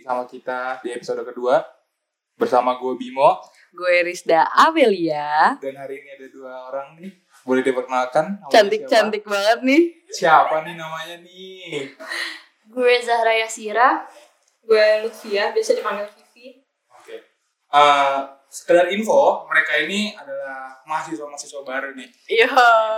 sama kita di episode kedua. Bersama gue Bimo. Gue Rizda Amelia. Dan hari ini ada dua orang nih. Boleh diperkenalkan? Cantik-cantik banget nih. Siapa nih namanya nih? Gue Zahra Yasira. Gue Lutfia, biasa dipanggil Vivi. Oke. Sekedar info, mereka ini adalah mahasiswa baru nih. Iya.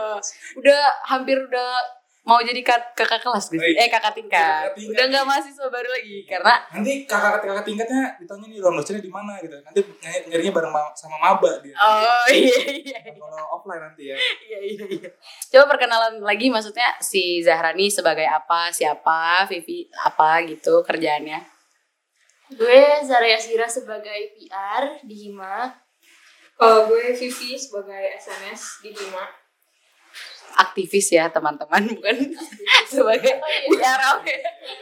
Udah mau jadi kakak kelas gitu. Kakak tingkat. Udah enggak mahasiswa baru lagi karena nanti kakak tingkatnya ditanya nih dosennya di mana gitu. Nanti nyarinya bareng sama maba dia. Oh iya. Kalau offline nanti ya. Iya. Coba perkenalan lagi, maksudnya si Zahra nih sebagai apa, siapa, Vivi apa gitu kerjaannya. Gue Zahra Yasira sebagai PR di Hima. Kalau gue Vivi sebagai SNS di Hima. Aktivis ya teman-teman, bukan sebagai PR. Oke,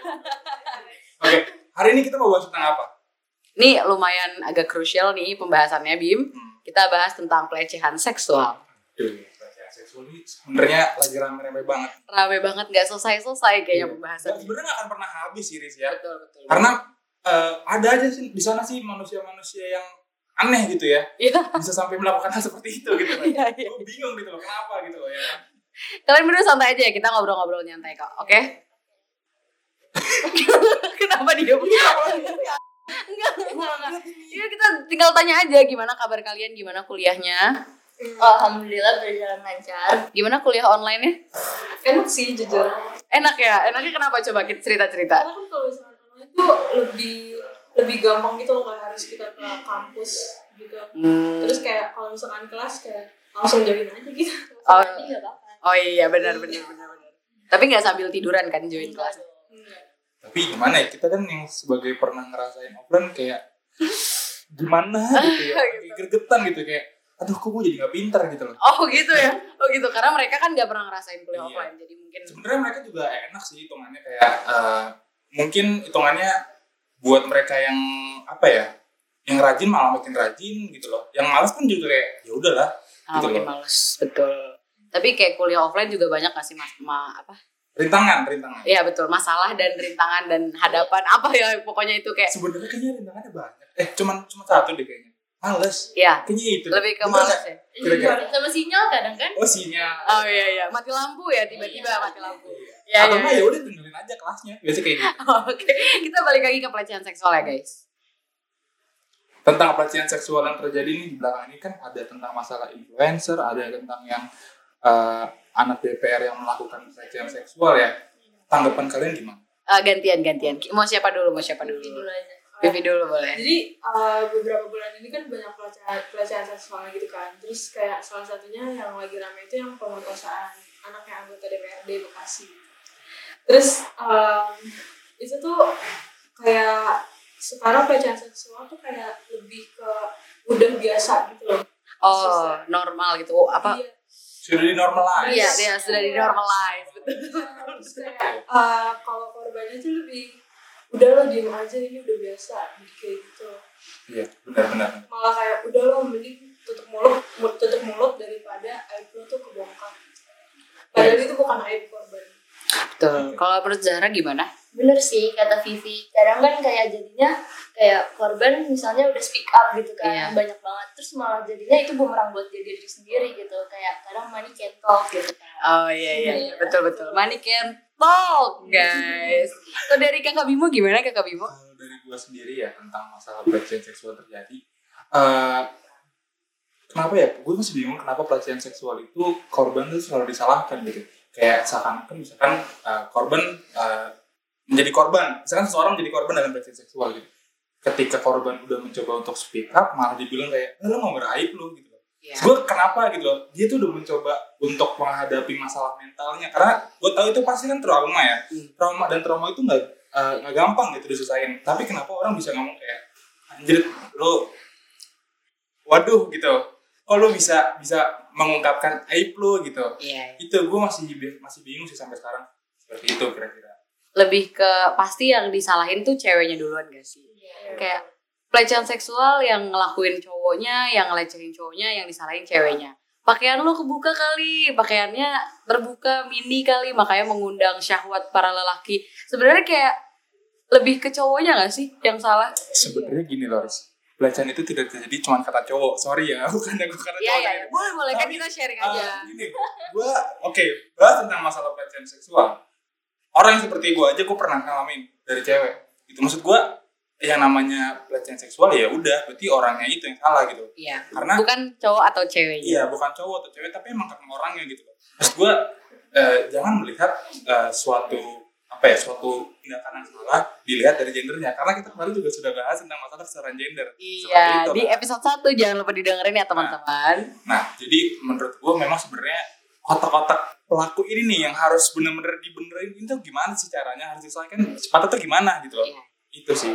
hari ini kita mau bahas tentang apa? Ini lumayan agak krusial nih pembahasannya, Bim. Kita bahas tentang pelecehan seksual. Pelecehan seksual ini sebenarnya lagi rame-rame banget. Rame banget, nggak selesai kayaknya pembahasannya. Sebenarnya nggak akan pernah habis sih, Riz ya. Betul. Karena ada aja sih di sana sih manusia-manusia yang aneh gitu ya. Iya. Bisa sampai melakukan hal seperti itu gitu. Iya. Gue bingung gitu loh, kenapa gitu loh ya. Kalian berdua santai aja ya, kita ngobrol-ngobrol nyantai kok, oke? Kenapa dia Enggak. Iya, kita tinggal tanya aja gimana kabar kalian, gimana kuliahnya. Alhamdulillah berjalan lancar. Gimana kuliah online-nya? Enak sih jujur. Enak ya? Enaknya kenapa? Coba kita cerita-cerita. Karena kan kalau misalnya online itu lebih gampang gitu loh, nggak harus kita ke kampus gitu. Terus kayak kalau misalkan kelas kayak langsung join aja gitu. Nanti nggak apa-apa. Oh iya, benar. Tapi nggak sambil tiduran kan join kelas? Tapi gimana ya, kita kan yang sebagai pernah ngerasain offline kayak gimana gitu ya, gregetan gitu kayak aduh kok gue jadi gak pintar gitu loh. Oh gitu ya? Oh gitu, karena mereka kan gak pernah ngerasain kuliah offline, jadi mungkin sebenarnya mereka juga enak sih hitungannya kayak mungkin hitungannya buat mereka yang apa ya, yang rajin malah makin rajin gitu loh, yang malas pun juga kayak ya udahlah gitu makin males, betul. Tapi kayak kuliah offline juga banyak gak sih rintangan. Iya betul, masalah dan rintangan dan hadapan apa ya, pokoknya itu kayak sebenarnya kayaknya rintangannya banyak. Cuman satu deh kayaknya. Males. Iya. Kayaknya itu. Lebih ke males ya. Kira-kira. Sama sinyal kadang kan? Oh sinyal. Oh iya. Mati lampu ya, tiba-tiba mati lampu. Iya. Atau ya udah dengerin aja kelasnya. Biasa kayak gitu. Oke. Kita balik lagi ke pelecehan seksual ya guys. Tentang pelecehan seksual yang terjadi nih di belakang ini kan ada tentang masalah influencer, ada tentang yang anak DPR yang melakukan pelecehan seksual ya. Tanggapan kalian gimana? Gantian. Mau siapa dulu? Dulu aja. Vivi dulu boleh. Jadi beberapa bulan ini kan banyak pelecehan seksual gitu kan. Terus kayak salah satunya yang lagi ramai itu yang pemerkosaan anaknya anggota DPRD Bekasi. Terus itu tuh kayak sekarang pelecehan seksual tuh kayak lebih ke udah biasa gitu loh. Oh, normal gitu. Apa? Iya. Sudah dinormalize. Iya, sudah dinormalize. Betul. Terus kayak kalau korbannya tuh lebih udah lo diem aja, ini udah biasa kayak gitu. Iya, benar. Malah kayak udah lo mending tutup mulut daripada aib lo tuh kebongkar. Padahal itu bukan aib korban. Betul. Kalau menurut Zahra gimana? Bener sih kata Vivi. Kadang kan kayak jadinya kayak korban misalnya udah speak up gitu kan, banyak banget. Terus malah jadinya itu bumerang buat diri sendiri gitu. Kayak kadang money can talk gitu kan. Oh iya. Betul. Money can talk guys. Kalau dari Kakak Bimo gimana Kakak Bimo? Kalau dari gue sendiri ya tentang masalah pelecehan seksual terjadi, kenapa ya? Gue masih bingung kenapa pelecehan seksual itu korban tuh selalu disalahkan gitu. Kayak seakan-akan misalkan korban menjadi korban, misalkan seseorang menjadi korban dalam pelecehan seksual gitu. Ketika korban udah mencoba untuk speak up, malah dibilang kayak, lo mau beraib lo gitu. Yeah. Gue kenapa gitu loh, dia tuh udah mencoba untuk menghadapi masalah mentalnya, karena gue tahu itu pasti kan trauma ya. Trauma itu nggak gampang gitu diselesain. Tapi kenapa orang bisa ngomong kayak, anjir lo, waduh gitu. Kok lo bisa mengungkapkan aib lo gitu. Yeah. Itu gue masih bingung sih sampai sekarang. Seperti itu kira-kira. Lebih ke pasti yang disalahin tuh ceweknya duluan gak sih? Yeah. Kayak pelecehan seksual yang ngelakuin cowoknya, yang ngelecehin cowoknya, yang disalahin ceweknya. Pakaian lo kebuka kali, pakaiannya terbuka mini kali, makanya mengundang syahwat para lelaki. Sebenarnya kayak lebih ke cowoknya nggak sih yang salah? Sebenarnya gini loh, Riz. Pelecehan itu tidak terjadi cuma kata cowok. Sorry ya, bukan aku karena Iya cowok. iya, boleh kan kita sharing aja. Gini, bahas tentang masalah pelecehan seksual. Orang yang seperti gue aja, gue pernah ngalamin dari cewek. Gitu, maksud gue, yang namanya pelecehan seksual ya udah, berarti orangnya itu yang salah gitu. Iya. Karena bukan cowok atau ceweknya. Iya, bukan cowok atau cewek, tapi emang karena orangnya gitu. Maksud gue, jangan melihat suatu tindakan yang salah dilihat dari gendernya, karena kita kemarin juga sudah bahas tentang masalah kesetaraan gender. Iya, itu, di episode 1 jangan lupa didengerin ya teman-teman. Nah, jadi menurut gue memang sebenarnya otak-otak pelaku ini nih yang harus benar-benar dibenerin itu gimana sih caranya, harus diselesaikan cepatnya tuh gimana gitu loh. Iya. Itu sih.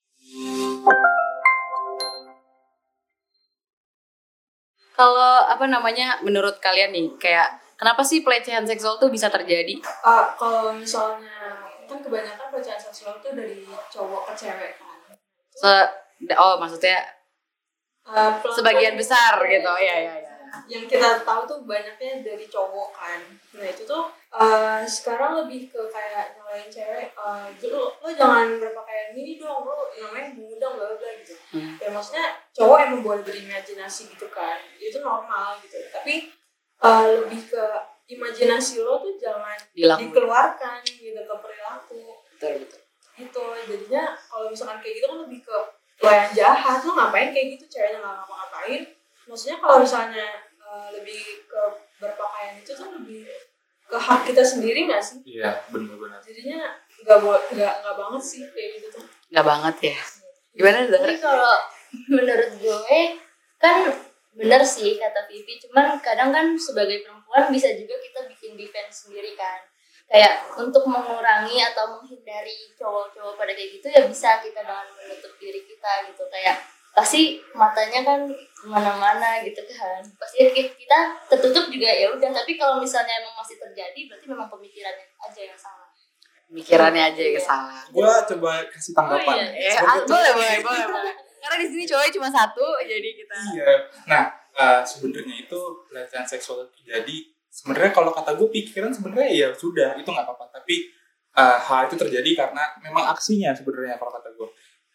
Kalau menurut kalian nih, kayak kenapa sih pelecehan seksual tuh bisa terjadi? Kalau misalnya kan kebanyakan pelecehan seksual itu dari cowok ke cewek kan. Maksudnya Pelan-pelan sebagian besar gitu. Iya. Yang kita tahu tuh banyaknya dari cowok kan. Nah itu tuh sekarang lebih ke kayak nyalain cewek. Lo jangan berpakaian gini dong, lo namanya mengundang bla bla gitu. Ya maksudnya cowok emang boleh berimajinasi gitu kan, itu normal gitu. Tapi lebih ke imajinasi lo tuh jangan dikeluarkan gitu ke perilaku. Betul. Gitu, jadinya kalau misalkan kayak gitu kan lebih ke lo yang jahat, lo ngapain kayak gitu, ceweknya nggak ngapa-ngapain. Maksudnya kalau misalnya lebih ke berpakaian itu tuh lebih ke hak kita sendiri nggak sih? Iya, benar-benar. Jadinya nggak banget sih kayak gitu tuh. Nggak banget ya. Gimana Zara? Jadi kalau menurut gue kan bener sih kata Vivi, cuman kadang kan sebagai perempuan bisa juga kita bikin defense sendiri kan. Kayak untuk mengurangi atau menghindari cowok-cowok pada kayak gitu ya bisa kita dengan menutup diri kita gitu. Kayak pasti matanya kan kemana-mana gitu kan. Pasti kita tertutup juga ya udah. Tapi kalau misalnya emang masih terjadi berarti memang pemikirannya aja yang salah. Pemikirannya aja yang salah. Gue coba kasih tanggapan. Boleh. Karena di sini cowoknya cuma satu, jadi kita. Iya. Nah, sebenarnya itu pelecehan seksual terjadi. Sebenarnya kalau kata gue pikiran sebenarnya ya sudah itu nggak apa-apa. Tapi hal itu terjadi karena memang aksinya sebenarnya kalau kata gue.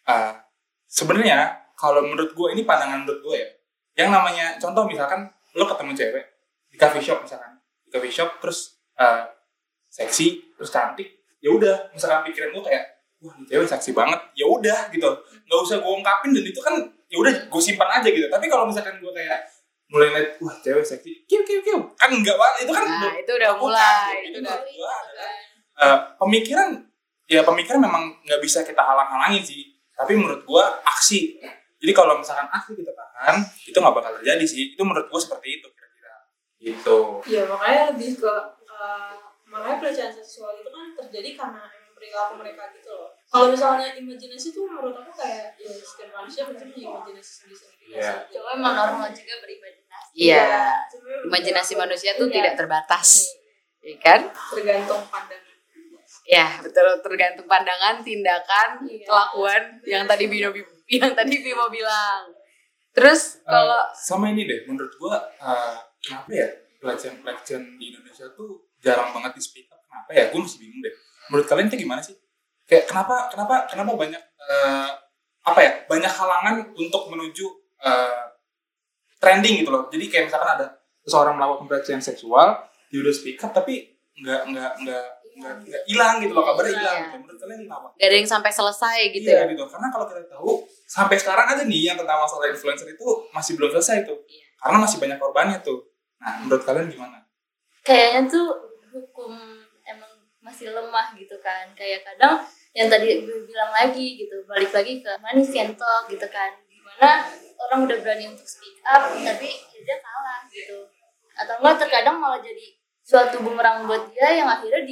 Sebenarnya kalau menurut gue ini pandangan menurut gue ya. Yang namanya contoh misalkan lo ketemu cewek di coffee shop misalkan, terus seksi terus cantik, ya udah misalkan pikiran gue kayak wah ini cewek seksi banget, ya udah gitu, nggak usah gue ungkapin dan itu kan ya udah gue simpan aja gitu. Tapi kalau misalkan gue kayak mulai lihat wah cewek seksi, kiu kan enggak banget, itu kan itu udah mulai, itu udah pemikiran memang nggak bisa kita halang-halangin sih, tapi menurut gue aksi. Jadi kalau misalkan aksi kita tahan, itu nggak bakal terjadi sih. Itu menurut gue seperti itu kira-kira. Gitu. Iya makanya lebih ke makanya pelecehan seksual itu kan terjadi karena perilaku mereka gitu loh. Kalau misalnya imajinasi tuh menurut aku kayak ya setiap manusia pasti punya imajinasi sendiri-sendiri. Iya. Cowok emang normal juga berimajinasi. Iya. Imajinasi manusia tuh tidak terbatas. Iya kan? Tergantung pandangan. Ya, betul, tergantung pandangan, tindakan, kelakuan yang tadi Bimo bilang. Terus kalau sama ini deh, menurut gua kenapa ya pelecehan di Indonesia tuh jarang banget di speak up? Kenapa ya? Gua masih bingung deh. Menurut kalian itu gimana sih? Kayak kenapa banyak banyak halangan untuk menuju trending gitu loh. Jadi kayak misalkan ada seseorang melakukan pelecehan seksual, dia udah speak up tapi nggak hilang gitu loh, kabarnya hilang gitu. Menurut kalian kenapa? Gak ada yang sampai selesai gitu ya? ya? Gitu. Karena kalau kita tahu sampai sekarang aja nih yang tentang masalah influencer itu masih belum selesai tuh. Iya. Karena masih banyak korbannya tuh. Nah, menurut kalian gimana? Kayaknya tuh hukum emang masih lemah gitu kan. Kayak kadang yang tadi gue bilang lagi gitu, balik lagi ke manis kentok gitu kan. Gimana orang udah berani untuk speak up tapi dia kalah gitu. Atau enggak terkadang malah jadi suatu bumerang buat dia yang akhirnya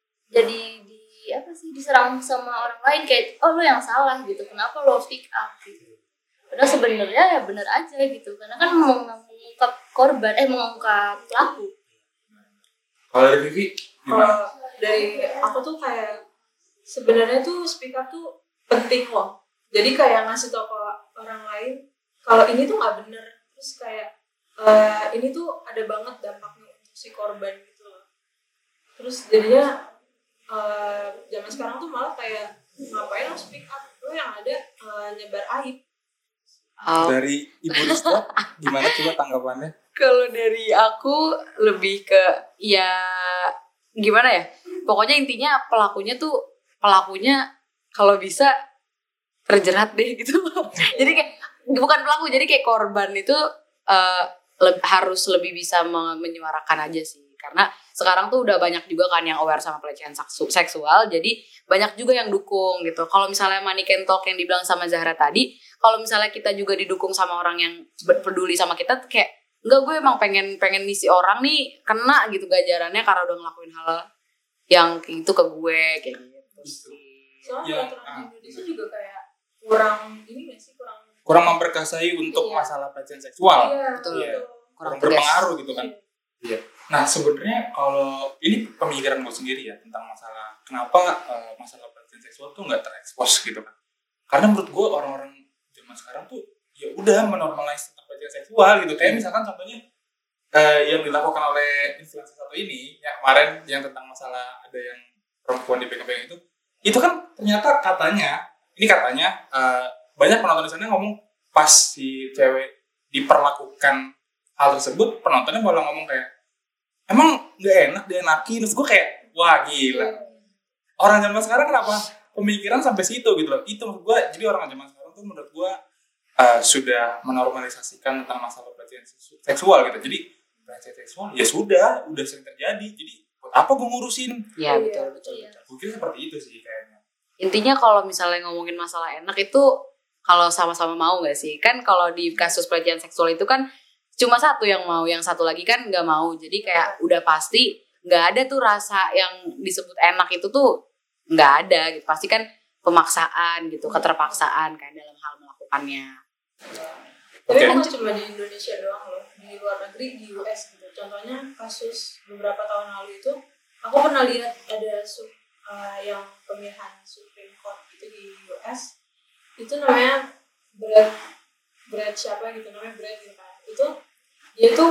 diserang sama orang lain kayak lo yang salah gitu, kenapa lo speak up gitu. Padahal sebenarnya ya benar aja gitu, karena kan mengungkap mengungkap pelaku. Kalau dari Vivi gimana? Dari aku tuh kayak sebenarnya tuh speak up tuh penting loh. Jadi kayak ngasih tau ke orang lain kalau ini tuh nggak bener, terus kayak ini tuh ada banget dampaknya untuk si korban gitu loh. Terus jadinya zaman sekarang tuh malah kayak ngapain lo speak up, lo yang ada nyebar aib. Dari Ibu Rizka gimana coba tanggapannya? Kalau dari aku lebih ke ya gimana ya? Pokoknya intinya pelakunya kalau bisa terjerat deh gitu. Jadi kayak bukan pelaku, jadi kayak korban itu harus lebih bisa menyuarakan aja sih. Karena sekarang tuh udah banyak juga kan yang aware sama pelecehan seksual, jadi banyak juga yang dukung gitu. Kalau misalnya money can talk yang dibilang sama Zahra tadi, kalau misalnya kita juga didukung sama orang yang peduli sama kita, kayak enggak, gue emang pengen ngisi orang nih kena gitu gajarannya karena udah ngelakuin hal yang itu ke gue kayak gitu sih. Soalnya peraturan di Indonesia juga kayak kurang ini nggak sih, kurang memperkasai untuk masalah pelecehan seksual. Betul. Kurang berpengaruh gitu kan. Iya. Nah sebenarnya kalau ini pemikiran gue sendiri ya tentang masalah kenapa masalah pelecehan seksual tuh nggak terekspos gitu kan. Karena menurut gue orang-orang zaman sekarang tuh ya udah menormalize tentang pelecehan seksual gitu. Kayak misalkan contohnya yang dilakukan oleh influencer satu ini yang kemarin yang tentang masalah ada yang perempuan dipegang-pegang itu kan ternyata katanya banyak penonton di sana ngomong pas si cewek diperlakukan hal tersebut, penontonnya malah ngomong kayak emang nggak enak dienakin. Terus gue kayak wah gila, orang zaman sekarang kenapa pemikiran sampai situ gitu loh. Itu menurut gue, jadi orang zaman sekarang tuh menurut gue sudah menormalisasikan tentang masalah pelecehan seksual gitu. Jadi pelecehan seksual ya sudah sering terjadi, jadi buat apa gue ngurusin. Iya betul. Gue kira seperti itu sih kayaknya. Intinya kalau misalnya ngomongin masalah enak itu kalau sama-sama mau nggak sih? Kan kalau di kasus pelecehan seksual itu kan cuma satu yang mau, yang satu lagi kan nggak mau. Jadi kayak udah pasti nggak ada tuh rasa yang disebut enak itu tuh nggak ada gitu. Pasti kan pemaksaan gitu, keterpaksaan kayak dalam hal melakukannya. Tapi bukan cuma di Indonesia doang loh, di luar negeri, di US gitu. Contohnya kasus beberapa tahun lalu itu, aku pernah lihat ada yang pemilihan Supreme Court itu di US. Itu namanya Brett siapa gitu, namanya Brett gitu kan. Dia tuh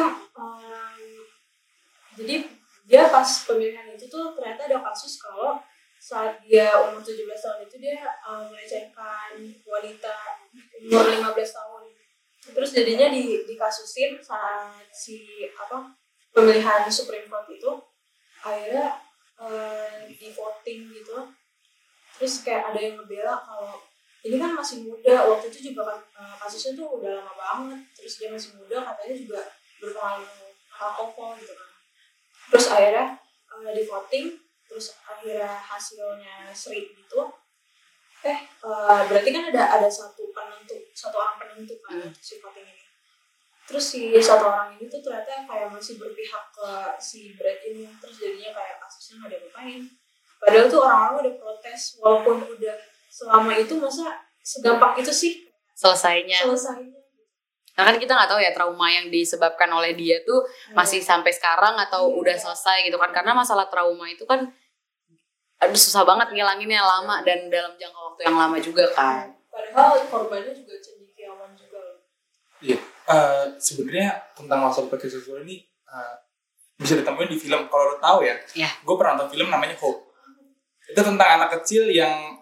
jadi dia pas pemilihan itu tuh ternyata ada kasus kalau saat dia umur 17 tahun itu dia melecehkan wanita umur 15 tahun. Terus jadinya dikasusin saat pemilihan Supreme Court itu akhirnya di voting gitu. Terus kayak ada yang ngebela kalau ini kan masih muda, waktu itu juga kan kasusnya tuh udah lama banget, terus dia masih muda, katanya juga berpengalaman alkohol gitu kan. Terus akhirnya di voting, terus akhirnya hasilnya seri gitu. Berarti kan ada satu orang penentu kan si voting ini. Terus si satu orang ini tuh ternyata kayak masih berpihak ke si Brad ini, terus jadinya kayak kasusnya nggak diapain. Padahal tuh orang-orang udah protes, walaupun udah selama itu masa segampang itu sih selesainya. Nah kan kita nggak tahu ya trauma yang disebabkan oleh dia tuh masih sampai sekarang atau udah selesai gitu kan, karena masalah trauma itu kan susah banget ngilanginnya, lama dan dalam jangka waktu yang lama juga kan. Padahal korbannya juga cendekiawan juga loh. Iya, sebenarnya tentang masalah pelecehan seksual ini bisa ditemuin di film. Kalau lo tahu ya, gue pernah nonton film namanya Hope. Itu tentang anak kecil yang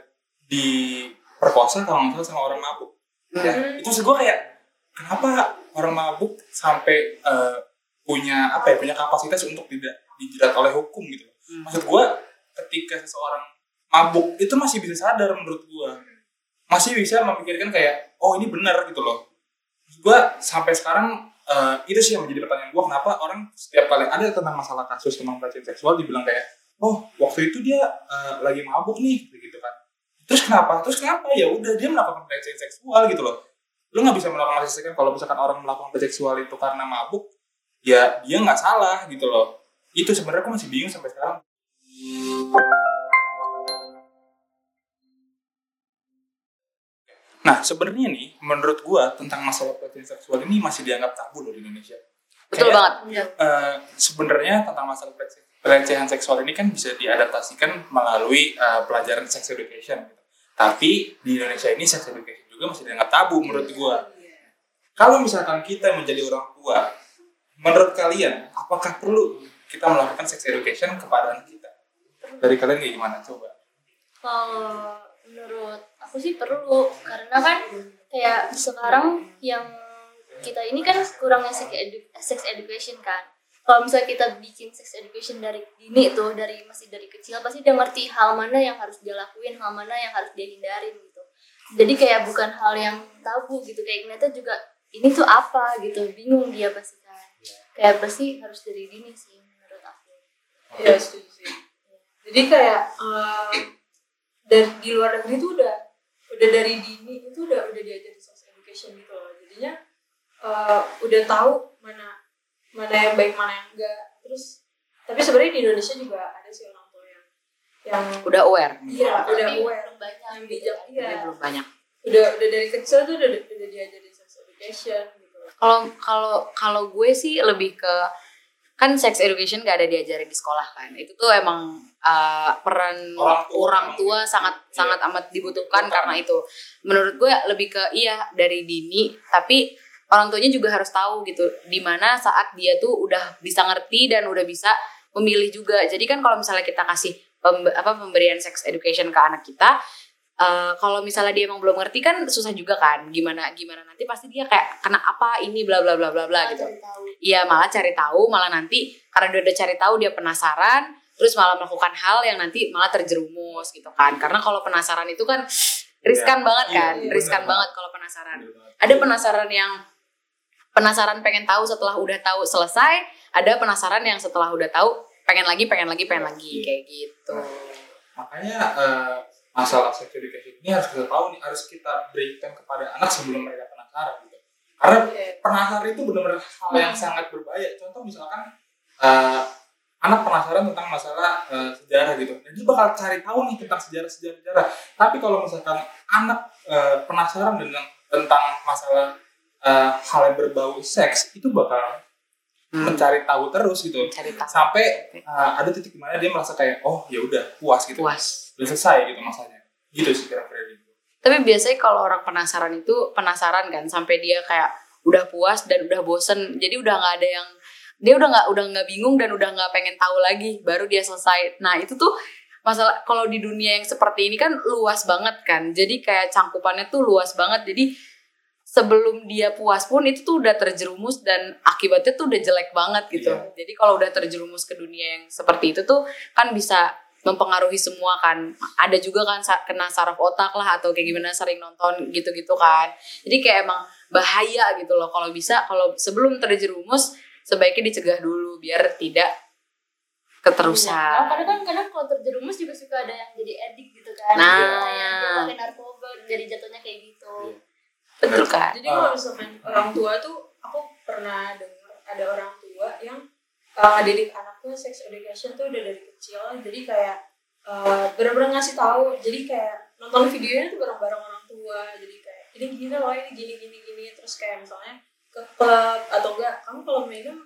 diperkosa kalau nggak salah sama orang mabuk. Ya, itu maksud gue kayak kenapa orang mabuk sampai punya kapasitas untuk tidak dijerat oleh hukum gitu. Maksud gue ketika seseorang mabuk itu masih bisa sadar, menurut gue masih bisa memikirkan kayak oh ini benar gitu loh. Maksud gue sampai sekarang itu sih yang menjadi pertanyaan gue, kenapa orang setiap kali ada tentang masalah kasus tentang pelecehan seksual dibilang kayak oh waktu itu dia lagi mabuk nih gitu kan. Terus kenapa ya udah dia melakukan pelecehan seksual gitu loh. Lu nggak bisa melakukan kalau misalkan orang melakukan pelecehan seksual itu karena mabuk, ya dia nggak salah gitu loh. Itu sebenarnya aku masih bingung sampai sekarang. Nah sebenarnya nih menurut gua tentang masalah pelecehan seksual ini masih dianggap tabu loh di Indonesia. Betul banget. Sebenarnya tentang masalah pelecehan seksual ini kan bisa diadaptasikan melalui pelajaran sex education gitu. Tapi di Indonesia ini sex education juga masih dianggap tabu menurut gue. Kalau misalkan kita menjadi orang tua, menurut kalian apakah perlu kita melakukan sex education kepada anak kita? Dari kalian kayak gimana? Coba. Kalau menurut aku sih perlu, karena kan kayak sekarang yang kita ini kan kurangnya sex education kan. Kalau misalnya kita bikin sex education dari dini tuh, masih dari kecil, pasti dia ngerti hal mana yang harus dia lakuin, hal mana yang harus dia hindarin gitu. Jadi kayak bukan hal yang tabu gitu, kayak ternyata juga ini tuh apa gitu, bingung dia pasti kan. Kayak pasti harus dari dini sih menurut aku. Iya, setuju sih. Jadi kayak dari di luar negeri tuh udah dari dini itu udah diajarin sex education gitu loh. Jadinya udah tahu mana yang baik, mana yang enggak. Terus tapi sebenarnya di Indonesia juga ada sih orang tua yang Udah aware. iya, udah aware, belum banyak yang bijak, Tapi iya. belum banyak. Udah dari kecil tuh udah diajarin sex education gitu. Kalau gue sih lebih ke, kan sex education gak ada diajarin di sekolah kan. Itu tuh emang peran orang tua sangat amat dibutuhkan karena itu. Menurut gue lebih ke dari dini, tapi orang tuanya juga harus tahu gitu dimana saat dia tuh udah bisa ngerti dan udah bisa memilih juga. Jadi kan kalau misalnya kita kasih pemberian sex education ke anak kita, kalau misalnya dia emang belum ngerti kan susah juga kan, gimana nanti pasti dia kayak kena apa ini bla bla bla bla bla gitu. Iya, malah cari tahu, malah nanti karena dia udah cari tahu dia penasaran, terus malah melakukan hal yang nanti malah terjerumus gitu kan. Karena kalau penasaran itu kan riskan banget kan, riskan banget kalau penasaran. Ada penasaran pengen tahu setelah udah tahu selesai, ada penasaran yang setelah udah tahu pengen lagi kayak gitu. Makanya masalah sex education ini harus kita tahu nih, harus kita berikan kepada anak sebelum mereka penasaran gitu. Karena penasaran itu benar-benar hal yang sangat berbahaya. Contoh misalkan anak penasaran tentang masalah sejarah gitu, dan dia bakal cari tahu nih tentang sejarah. Tapi kalau misalkan anak penasaran tentang masalah hal yang berbau seks, itu bakal mencari tahu terus gitu, sampai ada titik dimana dia merasa kayak ya udah puas gitu, udah selesai gitu masanya, gitu sih kira-kira gitu. Tapi biasanya kalau orang penasaran itu penasaran kan sampai dia kayak udah puas dan udah bosen, jadi udah nggak ada yang dia udah nggak bingung dan udah nggak pengen tahu lagi, baru dia selesai. Nah itu tuh masalah kalau di dunia yang seperti ini kan luas banget kan, jadi kayak cangkupannya tuh luas banget, jadi sebelum dia puas pun itu tuh udah terjerumus dan akibatnya tuh udah jelek banget gitu. Yeah. Jadi kalau udah terjerumus ke dunia yang seperti itu tuh kan bisa mempengaruhi semua kan. Ada juga kan kena saraf otak lah atau kayak gimana, sering nonton gitu-gitu kan. Jadi kayak emang bahaya gitu loh. Kalau bisa, kalau sebelum terjerumus sebaiknya dicegah dulu biar tidak keterusan. Nah, kadang kalau terjerumus juga suka ada yang jadi edik gitu kan. Kayak dia pakai narkoba jadi jatuhnya kayak gitu. Yeah. Betul kan? Jadi kalau misalkan orang tua tuh, aku pernah dengar ada orang tua yang ngedidik anaknya sex education tuh udah dari kecil. Jadi kayak benar-benar ngasih tahu. Jadi kayak nonton videonya tuh bareng-bareng orang tua. Jadi kayak ini gini loh, ini gini. Terus kayak misalnya ke klub atau enggak, kamu kalau minum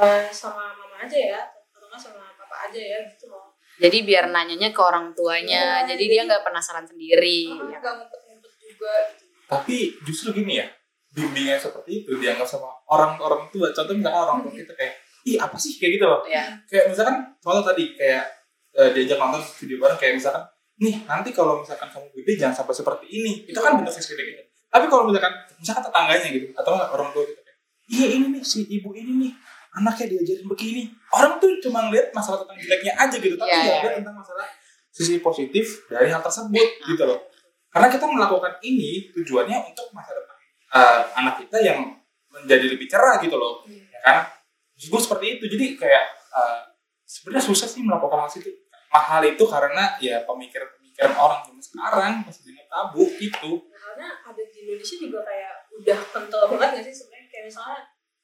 sama mama aja ya, atau enggak sama papa aja ya gitu loh. Jadi biar nanyanya ke orang tuanya. Jadi dia nggak penasaran sendiri. Nggak ngumpet-ngumpet juga gitu. Tapi justru gini ya, bimbingan seperti itu dianggap sama orang-orang tua. Contoh misalkan orang tua kita kayak, ih apa sih kayak gitu loh. Kayak misalkan contoh tadi kayak diajak nonton video bareng, kayak misalkan, nih nanti kalau misalkan kamu gede jangan sampai seperti ini. Itu kan bentuk sex education. Tapi kalau misalkan tetangganya gitu, atau orang tua kita kayak, iya ini nih si ibu ini nih anaknya diajarin begini. Orang tuh cuma ngeliat masalah tentang jeleknya aja gitu, tapi nggak lihat tentang masalah sisi positif dari hal tersebut gitu loh. Karena kita melakukan ini tujuannya untuk masa depan anak kita yang menjadi lebih cerah gitu loh, ya kan? Gue seperti itu, jadi kayak sebenarnya susah sih melakukan hal itu karena ya pemikiran orang zaman sekarang masih dengan tabu gitu. Karena ada di Indonesia juga kayak udah kental banget nggak sih sebenarnya, kayak misalnya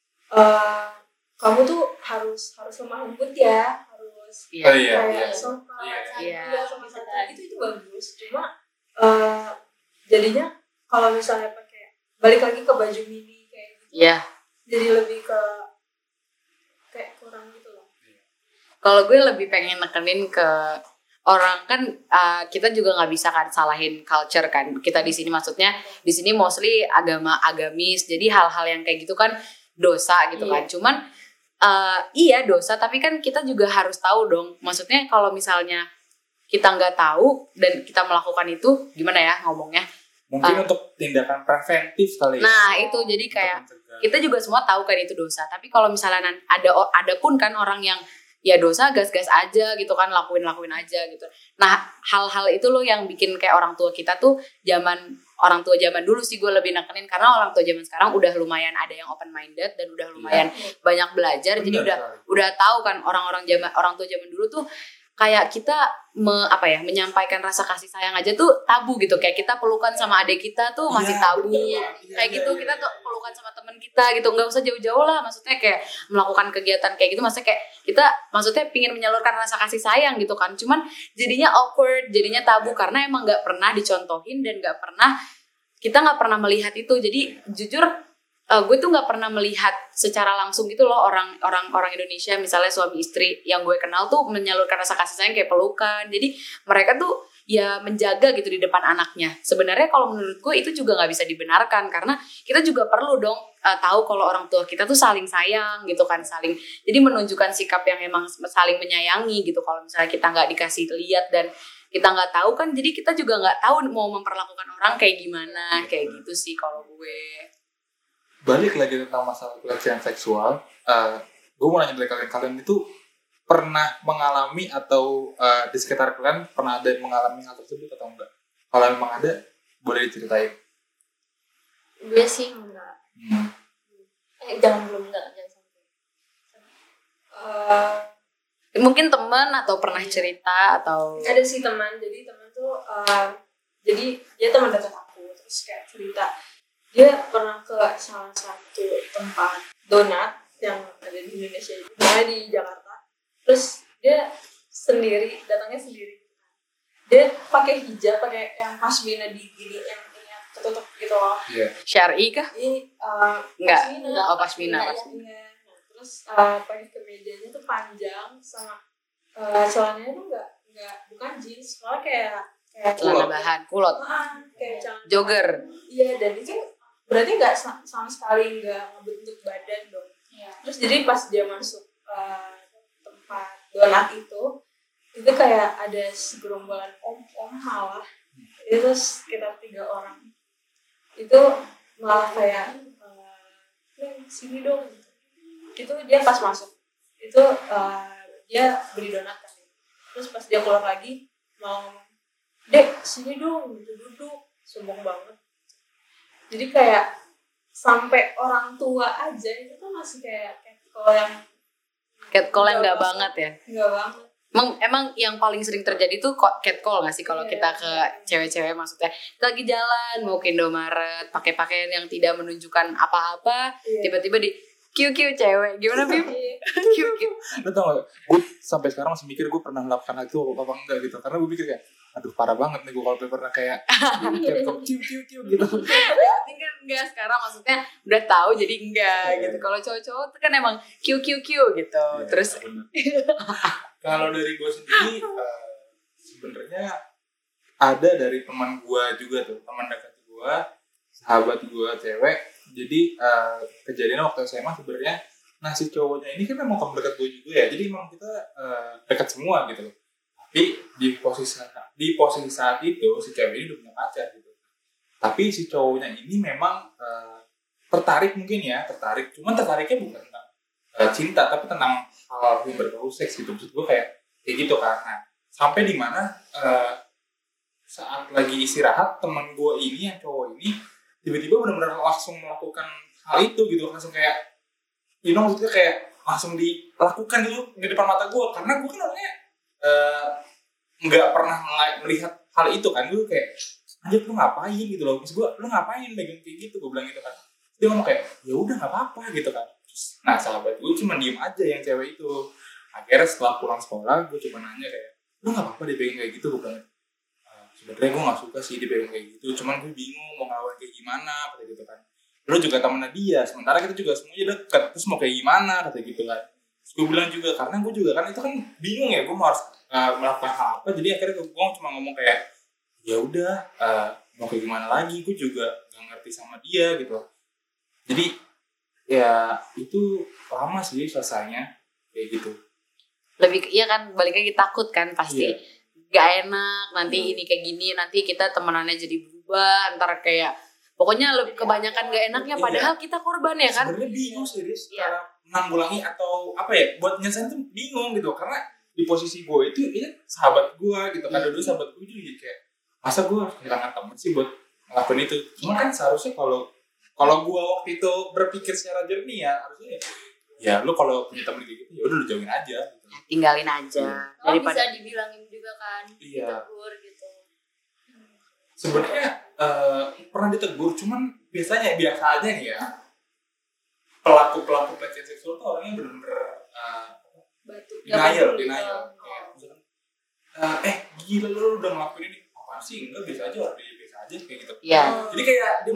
kamu tuh harus lemah lembut ya, harus kayak sopan, sopan itu bagus, cuma jadinya kalau misalnya pakai balik lagi ke baju mini kayak gitu, jadi lebih ke kayak kurang gitu loh. Kalau gue lebih pengen nekenin ke orang kan, kita juga nggak bisa kan salahin culture kan. Kita di sini maksudnya di sini mostly agamis, jadi hal-hal yang kayak gitu kan dosa gitu kan. Cuman dosa, tapi kan kita juga harus tahu dong. Maksudnya kalau misalnya kita nggak tahu dan kita melakukan itu, gimana ya ngomongnya? Mungkin untuk tindakan preventif kali ya. Nah itu jadi kayak kita juga semua tahu kan itu dosa. Tapi kalau misalnya ada pun kan orang yang ya dosa gas-gas aja gitu kan, lakuin aja gitu. Nah hal-hal itu loh yang bikin kayak orang tua kita tuh orang tua zaman dulu sih gue lebih nekenin, karena orang tua zaman sekarang udah lumayan ada yang open minded dan udah lumayan banyak belajar. Bener, jadi udah tahu kan orang tua zaman dulu tuh kayak kita menyampaikan rasa kasih sayang aja tuh tabu gitu. Kayak kita pelukan sama adik kita tuh masih tabu. Kayak gitu kita tuh pelukan sama teman kita gitu. Nggak usah jauh-jauh lah. Maksudnya kayak melakukan kegiatan kayak gitu. Maksudnya kayak kita pingin menyalurkan rasa kasih sayang gitu kan. Cuman jadinya awkward, jadinya tabu karena emang nggak pernah dicontohin dan kita nggak pernah melihat itu. Jadi jujur gue tuh nggak pernah melihat secara langsung gitu loh orang Indonesia misalnya suami istri yang gue kenal tuh menyalurkan rasa kasih sayang kayak pelukan. Jadi mereka tuh ya menjaga gitu di depan anaknya. Sebenarnya kalau menurut gue itu juga nggak bisa dibenarkan, karena kita juga perlu dong tahu kalau orang tua kita tuh saling sayang gitu kan, jadi menunjukkan sikap yang emang saling menyayangi gitu. Kalau misalnya kita nggak dikasih lihat dan kita nggak tahu kan, jadi kita juga nggak tahu mau memperlakukan orang kayak gimana, kayak gitu sih kalau gue. Balik lagi tentang masalah pelecehan seksual, gue mau nanya dari kalian itu pernah mengalami atau di sekitar kalian pernah ada yang mengalami hal tersebut atau enggak? Kalau memang ada, boleh diceritain. Gue sih enggak. Jangan sampai. Mungkin teman atau pernah cerita atau ada sih teman. Jadi teman tuh jadi dia teman dekat aku, terus kayak cerita dia pernah ke salah satu tempat donat yang ada di Indonesia itu, di Jakarta. Terus dia datangnya sendiri. Dia pakai hijab, pakai yang pasmina di gini, yang ketutup gitu loh. Yeah. Syar'i kah? Enggak. Pasmina. Nah, terus pakai kemejanya tuh panjang sama celananya tuh bukan jeans, malah kayak celana bahan, kulot. Kayak celana jogger. Iya, dan itu berarti nggak sama sekali nggak ngebentuk badan dong. Terus jadi pas dia masuk tempat donat itu kayak ada segerombolan om malah itu sekitar 3 orang itu malah kayak sini dong gitu. Itu dia pas masuk itu dia beli donat kan, terus pas dia keluar lagi mau ngomong, "Dek, sini dong," gitu, duduk, sombong banget. Jadi kayak sampai orang tua aja itu tuh masih kayak catcall yang nggak banget ya. Nggak banget. Emang yang paling sering terjadi tuh catcall nggak sih kalau kita ke cewek-cewek, maksudnya kita lagi jalan mau ke Indomaret pakai pakaian yang tidak menunjukkan apa-apa, tiba-tiba di QQ cewek, gimana Bim? QQ. Lo tau gak, gue sampai sekarang masih mikir gue pernah melakukan hal itu apa enggak gitu, karena gue pikir kayak aduh parah banget nih gue kalau pernah kayak QQ gitu. Tinggal enggak sekarang, maksudnya udah tahu jadi enggak gitu. Kalau cowok-cowok tuh kan emang QQ gitu. Terus kalau dari gue sendiri sebenarnya ada dari teman gue juga tuh, teman dekat gue, sahabat gue cewek. Jadi kejadiannya waktu SMA sebenarnya, nah si cowoknya ini kan memang teman dekat gue juga ya, jadi memang kita dekat semua gitu loh. Tapi di posisi saat itu si cewek ini udah punya pacar gitu. Tapi si cowoknya ini memang tertarik, cuman tertariknya bukan tentang cinta, tapi tentang hal yang berbau seks gitu. Maksud gue kayak gitu kan. Nah, sampai di mana saat lagi istirahat, teman gue ini yang cowok ini tiba-tiba benar-benar langsung melakukan hal itu gitu, langsung kayak maksudnya kayak langsung dilakukan gitu di depan mata gue, karena gue kan orangnya nggak pernah melihat hal itu kan. Gue kayak anjir lu ngapain gitu loh, maksud gue lu ngapain megang kayak gitu, gue bilang gitu kan. Dia ngomong kayak ya udah nggak apa-apa gitu kan. Nah sahabat gue cuma diem aja yang cewek itu. Akhirnya setelah pulang sekolah gue cuma nanya kayak lu nggak apa-apa dipegang kayak gitu, gue bilang sebenarnya gue nggak suka sih dipegang kayak gitu, cuman gue bingung mau ngelawan kayak gimana kata gitu kan. Lu juga temennya dia, sementara kita juga semuanya deket, terus mau kayak gimana kata gitu kan. Terus gue bilang juga karena gue juga kan itu kan bingung ya, gue mau harus melakukan hal apa. Jadi akhirnya gue cuma ngomong kayak ya udah mau kayak gimana lagi, gue juga nggak ngerti sama dia gitu. Jadi ya itu lama sih selesainya kayak gitu. Lebih iya kan, balik lagi takut kan pasti. gak enak, nanti ini kayak gini, nanti kita temenannya jadi berubah, ntar kayak pokoknya kebanyakan gak enaknya, padahal kita korban ya kan. Sebenarnya bingung serius cara menanggulangi atau apa ya, buat nyelesain tuh bingung gitu, karena di posisi gue itu ini sahabat gue gitu kan, dulu sahabat gue juga kayak masa gue harus kehilangan temen sih buat ngelakuin itu. Cuma kan seharusnya kalau gue waktu itu berpikir secara jernih ya, harusnya ya lu kalau punya temen kayak gitu ya udah lu jauhin aja gitu. Tinggalin aja. Daripada bisa dibilangin juga kan, ditegur gitu. Sebenarnya pernah ditegur, cuman biasa aja nih ya. Pelaku pelecehan seksual tuh orangnya benar-benar denial. Kayak misalkan gila lu udah ngelakuin ini, apaan sih? Enggak, biasa aja kayak gitu. Iya. Jadi kayak dia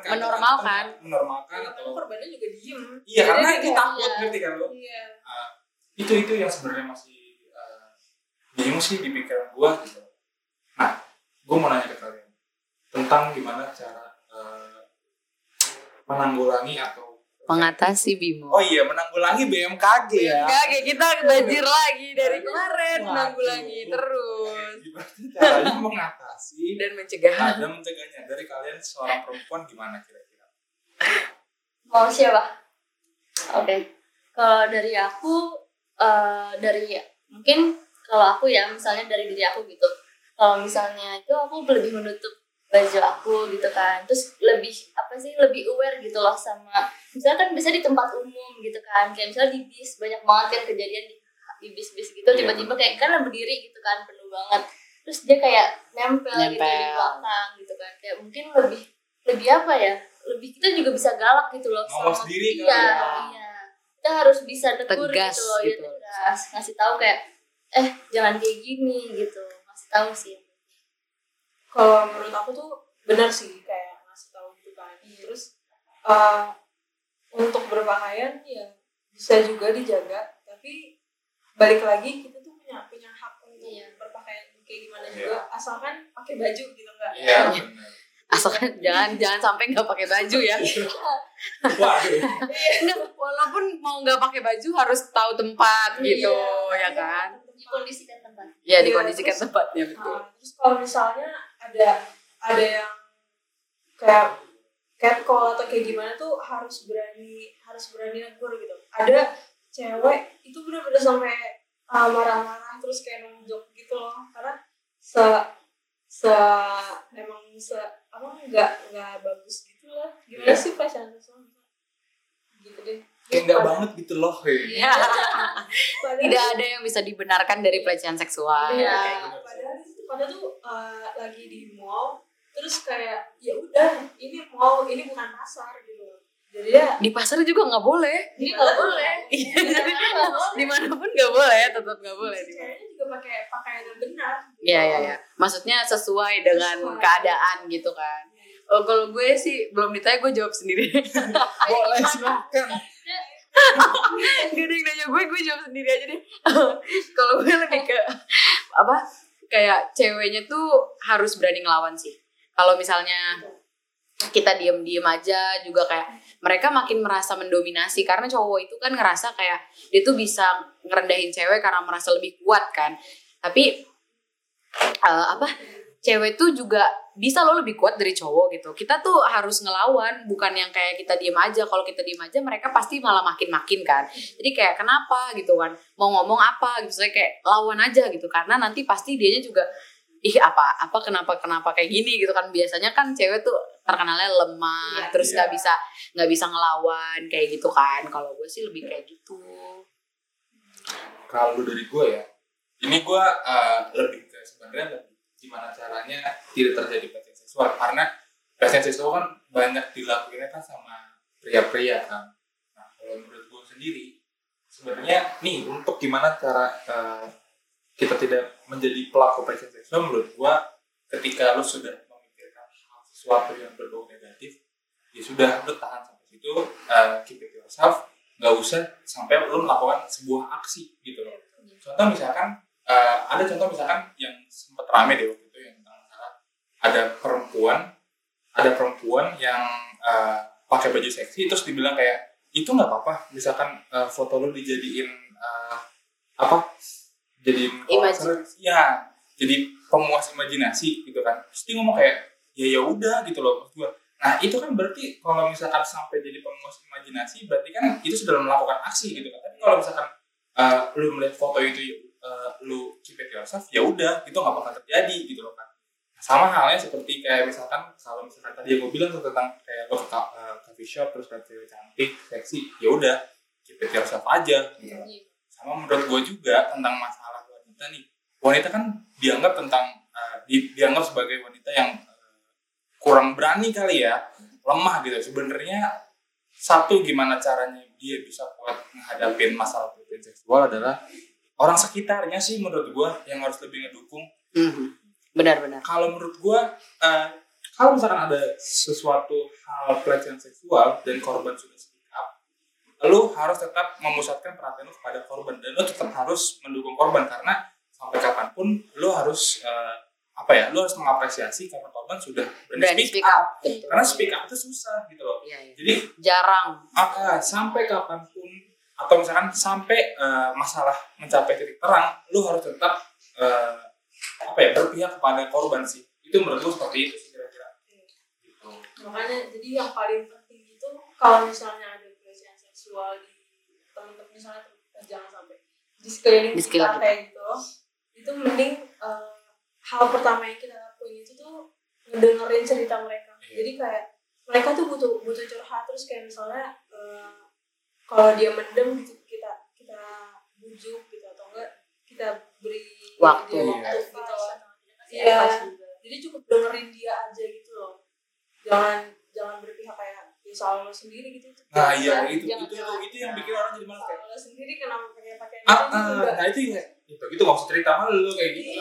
menormalkan atau korbannya juga diem. Iya, karena dia takut, ngerti kan lo? Iya. Itu yang sebenarnya masih bingung sih di pikiran gua gitu. Nah, gua mau nanya ke kalian tentang gimana cara menanggulangi atau mengatasi Bimo. Oh iya, menanggulangi BMKG ya. BMKG kita banjir lagi dari kemarin, menanggulangi terus. Gimana caranya mengatasi dan mencegahnya dari kalian seorang perempuan, gimana kira-kira? Mau siapa? Oke. Kalau dari aku mungkin kalau aku ya, misalnya dari diri aku gitu. Kalau misalnya itu aku lebih menutup baju aku gitu kan, terus lebih aware gitu loh sama, misalnya kan bisa di tempat umum gitu kan, kayak misalnya di bis banyak banget kan kejadian di bis-bis gitu, tiba-tiba kayak kan berdiri gitu kan penuh banget, terus dia kayak nempel. Gitu di belakang gitu kan, kayak mungkin lebih apa ya, lebih kita juga bisa galak gitu loh sama sendiri. Iya, kita harus bisa negur tegas gitu loh, gitu. Ya tegas, ngasih tahu kayak jangan kayak gini gitu, ngasih tahu sih. Kalau menurut aku tuh benar sih, kayak ngasih tahu gitu kan. Terus untuk berpakaian ya bisa juga dijaga, tapi balik lagi kita tuh punya hak untuk berpakaian kayak gimana juga, asalkan pakai baju gitu enggak. Iya. Asalkan jangan sampai nggak pakai baju ya. Waduh. Nggak, walaupun mau nggak pakai baju harus tahu tempat gitu, ya kan? Dikondisikan tempat. Ya, dikondisikan tempatnya, betul. Terus kalau misalnya ada yang kayak catcall atau kayak gimana tuh harus berani negur gitu. Ada cewek itu benar-benar sampai marah-marah terus kayak nonjok gitu loh, karena nggak bagus gitu lah. Gimana sih pelecehan seksual gitu deh. Kayak nggak banget gitu loh. Iya. Tidak ada yang bisa dibenarkan dari pelecehan seksual. Iya. Padahal tuh lagi di mall, terus kayak ya udah ini mall, ini bukan pasar gitu. Jadi ya di pasar juga nggak boleh. Ini nggak boleh. Dimanapun nggak boleh, tetap nggak boleh. Kayaknya juga pakai pakaian yang benar. Iya. Maksudnya sesuai dengan keadaan gitu kan. Oh, kalau gue sih belum ditanya, gue jawab sendiri. Boleh, silakan. Gak ada yang nanya gue jawab sendiri aja deh. Kalau gue lebih ke kayak ceweknya tuh harus berani ngelawan sih. Kalau misalnya kita diem aja juga kayak mereka makin merasa mendominasi, karena cowok itu kan ngerasa kayak dia tuh bisa ngerendahin cewek karena merasa lebih kuat kan. Tapi cewek tuh juga bisa loh lebih kuat dari cowok gitu. Kita tuh harus ngelawan, bukan yang kayak kita diem aja. Kalau kita diem aja mereka pasti malah makin kan. Jadi kayak kenapa gitu kan, mau ngomong apa gitu, saya kayak lawan aja gitu, karena nanti pasti dianya juga kenapa kayak gini gitu kan. Biasanya kan cewek tuh terkenalnya lemah, terus nggak bisa ngelawan kayak gitu kan. Kalau gue sih lebih kayak gitu. Kalau dari gue ya, ini gue lebih ke sebenarnya gimana caranya tidak terjadi pelecehan seksual, karena pelecehan seksual kan banyak dilakukannya kan sama pria-pria kan. Nah, kalau menurut gue sendiri sebenarnya nih, untuk gimana cara kita tidak menjadi pelaku pelecehan seksual, menurut gue ketika lu sudah memikirkan sesuatu yang berbau negatif, ya sudah, lu tahan sampai situ, keep it yourself, nggak usah sampai lu melakukan sebuah aksi gitu loh. Contoh misalkan ada contoh misalkan yang sempat rame deh waktu itu, yang ada perempuan yang pakai baju seksi terus dibilang kayak itu nggak apa-apa, misalkan foto lu dijadiin jadiin image. Ya, jadi pemuas imajinasi gitu kan. Terus dia ngomong kayak ya udah gitu loh maksud gue. Nah itu kan berarti kalau misalkan sampai jadi pemuas imajinasi berarti kan itu sudah melakukan aksi gitu kan. Tapi kalau misalkan lu melihat foto itu lu keep it yourself, ya udah itu nggak bakal terjadi gitu loh kan. Sama halnya seperti kayak misalkan kalau misalkan tadi yang gue bilang tentang kayak lo ke coffee shop terus lihat cewek cantik seksi, ya udah keep it yourself aja gitu. Sama menurut gue juga tentang masalah wanita nih, wanita kan dianggap dianggap sebagai wanita yang kurang berani kali ya, lemah gitu. Sebenarnya satu gimana caranya dia bisa kuat menghadapin masalah pelecehan seksual adalah orang sekitarnya sih menurut gue yang harus lebih ngedukung. Benar-benar. Kalau menurut gue, kalau misalkan ada sesuatu hal pelecehan seksual dan korban sudah speak up, lu harus tetap memusatkan perhatian lu kepada korban dan lu tetap harus mendukung korban karena sampai kapanpun lu harus lu harus mengapresiasi karena korban sudah berani speak up. Karena speak up itu susah gitu loh. Iya. Jadi jarang. Sampai kapanpun atau misalkan sampai masalah mencapai titik terang, lu harus tetap berpihak kepada korban sih. Itu menurut gue seperti itu sih kira-kira. Gitu. Makanya jadi yang paling penting itu kalau misalnya ada pelecehan seksual di teman-teman misalnya jangan sampai di sekeliling kita kayak gitu, itu mending hal pertama yang kita lakuin itu tuh ngedengerin cerita mereka. Jadi kayak mereka tuh butuh curhat, terus kayak misalnya kalau dia mendem gitu kita bujuk gitu atau enggak kita beri waktu gitu. Iya. Jadi cukup dengerin dia aja gitu loh. Jangan berpihak kayak ya soal lo sendiri gitu. Nah iya itu yang bikin orang jadi malas kayak lo sendiri kenapa pakai nah itu ya itu nggak usah cerita sama lo kayak gitu.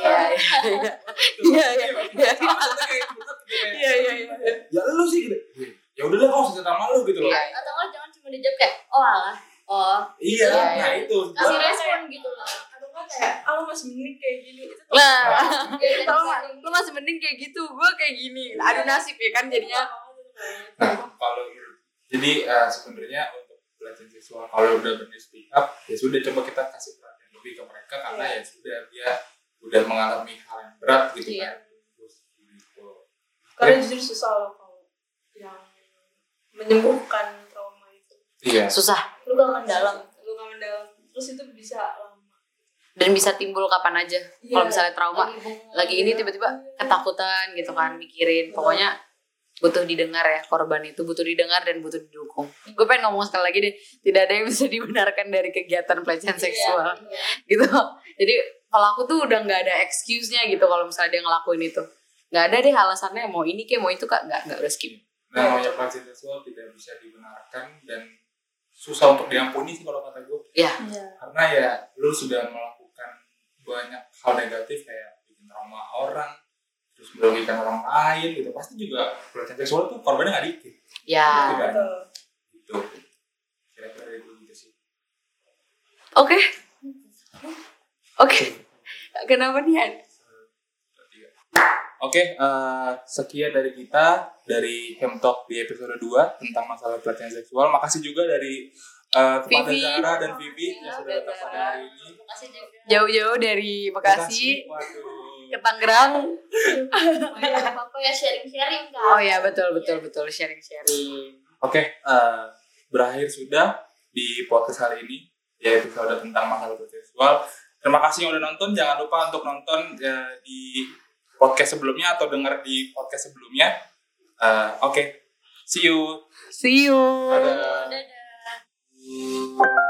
Iya. Ya lo sih gitu. Ya udahlah kau usah cerita sama lo gitu loh. Atau enggak jangan cuma dijawab kayak iya. Nah itu kasih respon gitu loh. Kayak lo masih mending kayak gini itu lu masih mending kayak gitu, gue kayak gini, aduh nasib ya kan jadinya. Nah kalau jadi sebenarnya untuk pelecehan seksual kalau udah berani speak up ya sudah coba kita kasih perhatian lebih ke mereka karena ya sudah dia udah mengalami hal yang berat gitu kan. Terus gitu. Karena jujur susah loh kalau yang menyembuhkan trauma itu. Iya. Susah. Luka mendalam terus itu bisa dan bisa timbul kapan aja. Kalau misalnya trauma lagi ini tiba-tiba ketakutan gitu kan, mikirin pokoknya butuh didengar ya, korban itu butuh didengar dan butuh didukung. Gue pengen ngomong sekali lagi deh, tidak ada yang bisa dibenarkan dari kegiatan pelecehan seksual gitu. Jadi kalau aku tuh udah nggak ada excuse-nya gitu kalau misalnya dia ngelakuin itu, nggak ada deh alasannya mau ini kayak mau itu kak, nggak udah skip. Namanya pelecehan seksual tidak bisa dibenarkan dan susah untuk diampuni sih kalau kata gue. Iya. Karena ya lu sudah melakukan banyak hal negatif kayak bikin trauma orang, terus merugikan orang lain gitu. Pasti juga pelecehan seksual tuh korbannya nggak dikit. Ya. Gitu. Kira-kira itu gitu sih. Oke. Kenapa nih? Oke, sekian dari kita dari Hemtalk di episode 2 tentang masalah pelecehan seksual. Makasih juga dari kepada Zara dan Vivi yang sudah datang pada hari ini. Jauh-jauh dari Bekasi ke Tangerang. Apa ya sharing-sharing kan. Oh ya betul sharing-sharing. Oke, berakhir sudah di podcast hari ini ya episode tentang masalah pelecehan seksual. Terima kasih yang udah nonton. Jangan lupa untuk nonton di podcast sebelumnya atau dengar di podcast sebelumnya. Oke. See you. See you. Dadah. Dadah.